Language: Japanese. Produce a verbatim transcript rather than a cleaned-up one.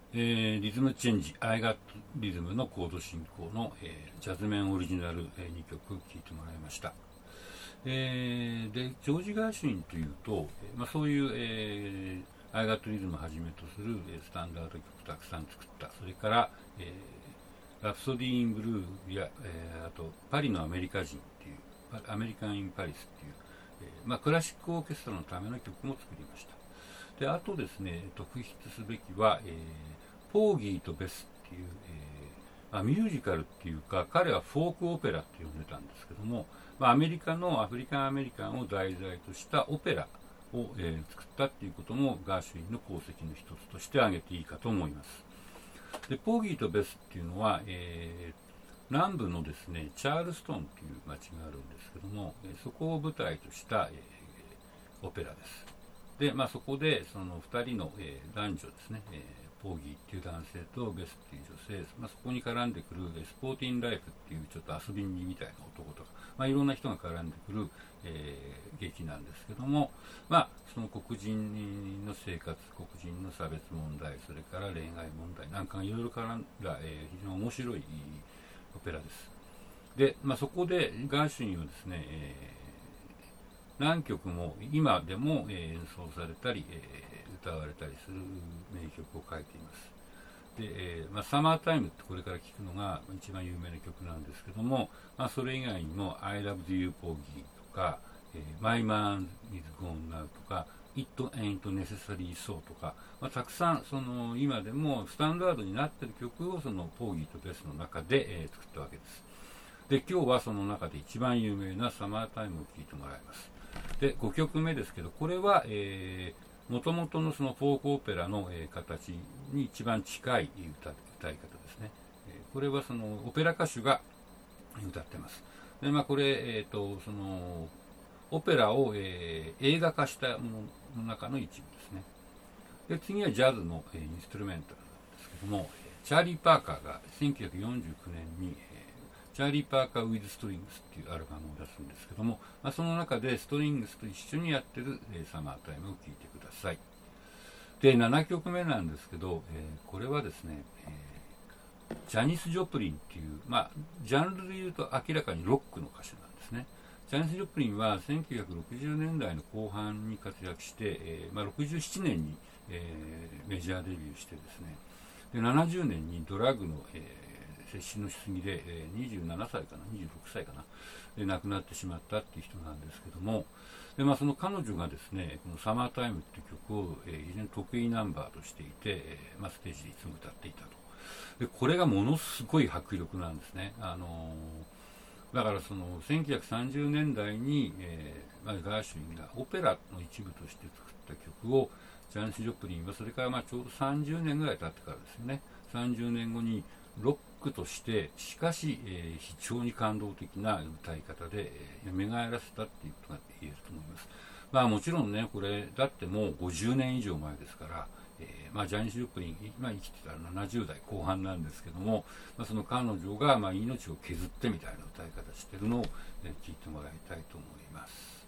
えーリズムチェンジ、アイガットリズムのコード進行の、えージャズメンオリジナル、えーにきょく聴いてもらいました。えーでジョージ・ガーシュウィンというと、えーまあ、そういう、えーアイガットリズムをはじめとする、えースタンダード曲たくさん作った。それから、えーラプソディー・イン・ブルーや、えーあとパリのアメリカ人っていうアメリカン・イン・パリスっていう、えーまあ、クラシックオーケストラのための曲も作りました。であとですね、特筆すべきは、えーポーギーとベスっていう、えーまあ、ミュージカルっていうか、彼はフォークオペラって呼んでたんですけども、まあ、アメリカのアフリカンアメリカンを題材としたオペラを、えー作ったっていうこともガーシュウィンの功績の一つとして挙げていいかと思います。でポーギーとベスっていうのは、えー南部のですねチャールストンっていう町があるんですけども、えーそこを舞台とした、えーオペラです。で、まあ、そこでそのふたりの、えー男女ですね、えーポーギーっていう男性とベスっていう女性、まあ、そこに絡んでくる、えースポーティンライフっていうちょっと遊び人みたいな男とか、まあ、いろんな人が絡んでくる、えー劇なんですけども、まあ、その黒人の生活、黒人の差別問題、それから恋愛問題なんかがいろいろ絡んだ、えー非常に面白いオペラです。で、まあ、そこでガーシュウィンはですね、えー何曲も今でも、えー演奏されたり、えー歌われたりする名曲を書いています。で、えーまあ、サマータイムってこれから聴くのが一番有名な曲なんですけども、まあ、それ以外にも I love you Porgy とか、えー、My man is gone now とか It ain't necessary so とか、まあ、たくさんその今でもスタンダードになっている曲をそのポーギーとベスの中で、えー作ったわけです。で今日はその中で一番有名なサマータイムを聴いてもらいます。でごきょくめですけど、これは、えーもともとのそのフォークオペラの、えー形に一番近い歌歌い方ですね。えーこれはそのオペラ歌手が歌ってます。で、まあ、これ、えーとそのオペラを、えー映画化したものの中の一部ですね。で次はジャズの、えーインストゥルメンタルなんですけども、チャーリー・パーカーがせんきゅうひゃくよんじゅうきゅうねんに、えーチャーリー・パーカー・ウィズ・ストリングスっていうアルバムを出すんですけども、まあ、その中でストリングスと一緒にやってる、えーサマータイムを聴いてください。でななきょくめなんですけど、えーこれはですね、えージャニス・ジョプリンっていう、まあ、ジャンルでいうと明らかにロックの歌手なんですね。ジャニス・ジョプリンはせんきゅうひゃくろくじゅうねんだいの後半に活躍して、えーまあ、ろくじゅうななねんに、えーメジャーデビューしてですね、でななじゅうねんにドラッグの、えー摂取のしすぎで、えー、にじゅうななさいかな、にじゅうろくさいかな、で亡くなってしまったっていう人なんですけども、で、まあ、その彼女がですね、このサマータイムっていう曲を、えー非常に得意ナンバーとしていて、えーまあ、ステージでいつも歌っていたと。で、これがものすごい迫力なんですね。あのーだからそのせんきゅうひゃくさんじゅうねんだいに、えーまあ、ガーシュウィンがオペラの一部として作った曲をジャニス・ジョプリンはそれからまあちょうどさんじゅうねんぐらい経ってからですよね、さんじゅうねんごにロックとしてしかし、えー非常に感動的な歌い方で、えー、蘇らせたっていうことが言えると思います。まあもちろんね、これだってもうごじゅうねん以上前ですから、えーまあ、ジャニス・ジョプリン、今生きてたらななじゅうだいこう半なんですけども、まあ、その彼女がまあ命を削ってみたいな歌い方してるのを、えー聞いてもらいたいと思います。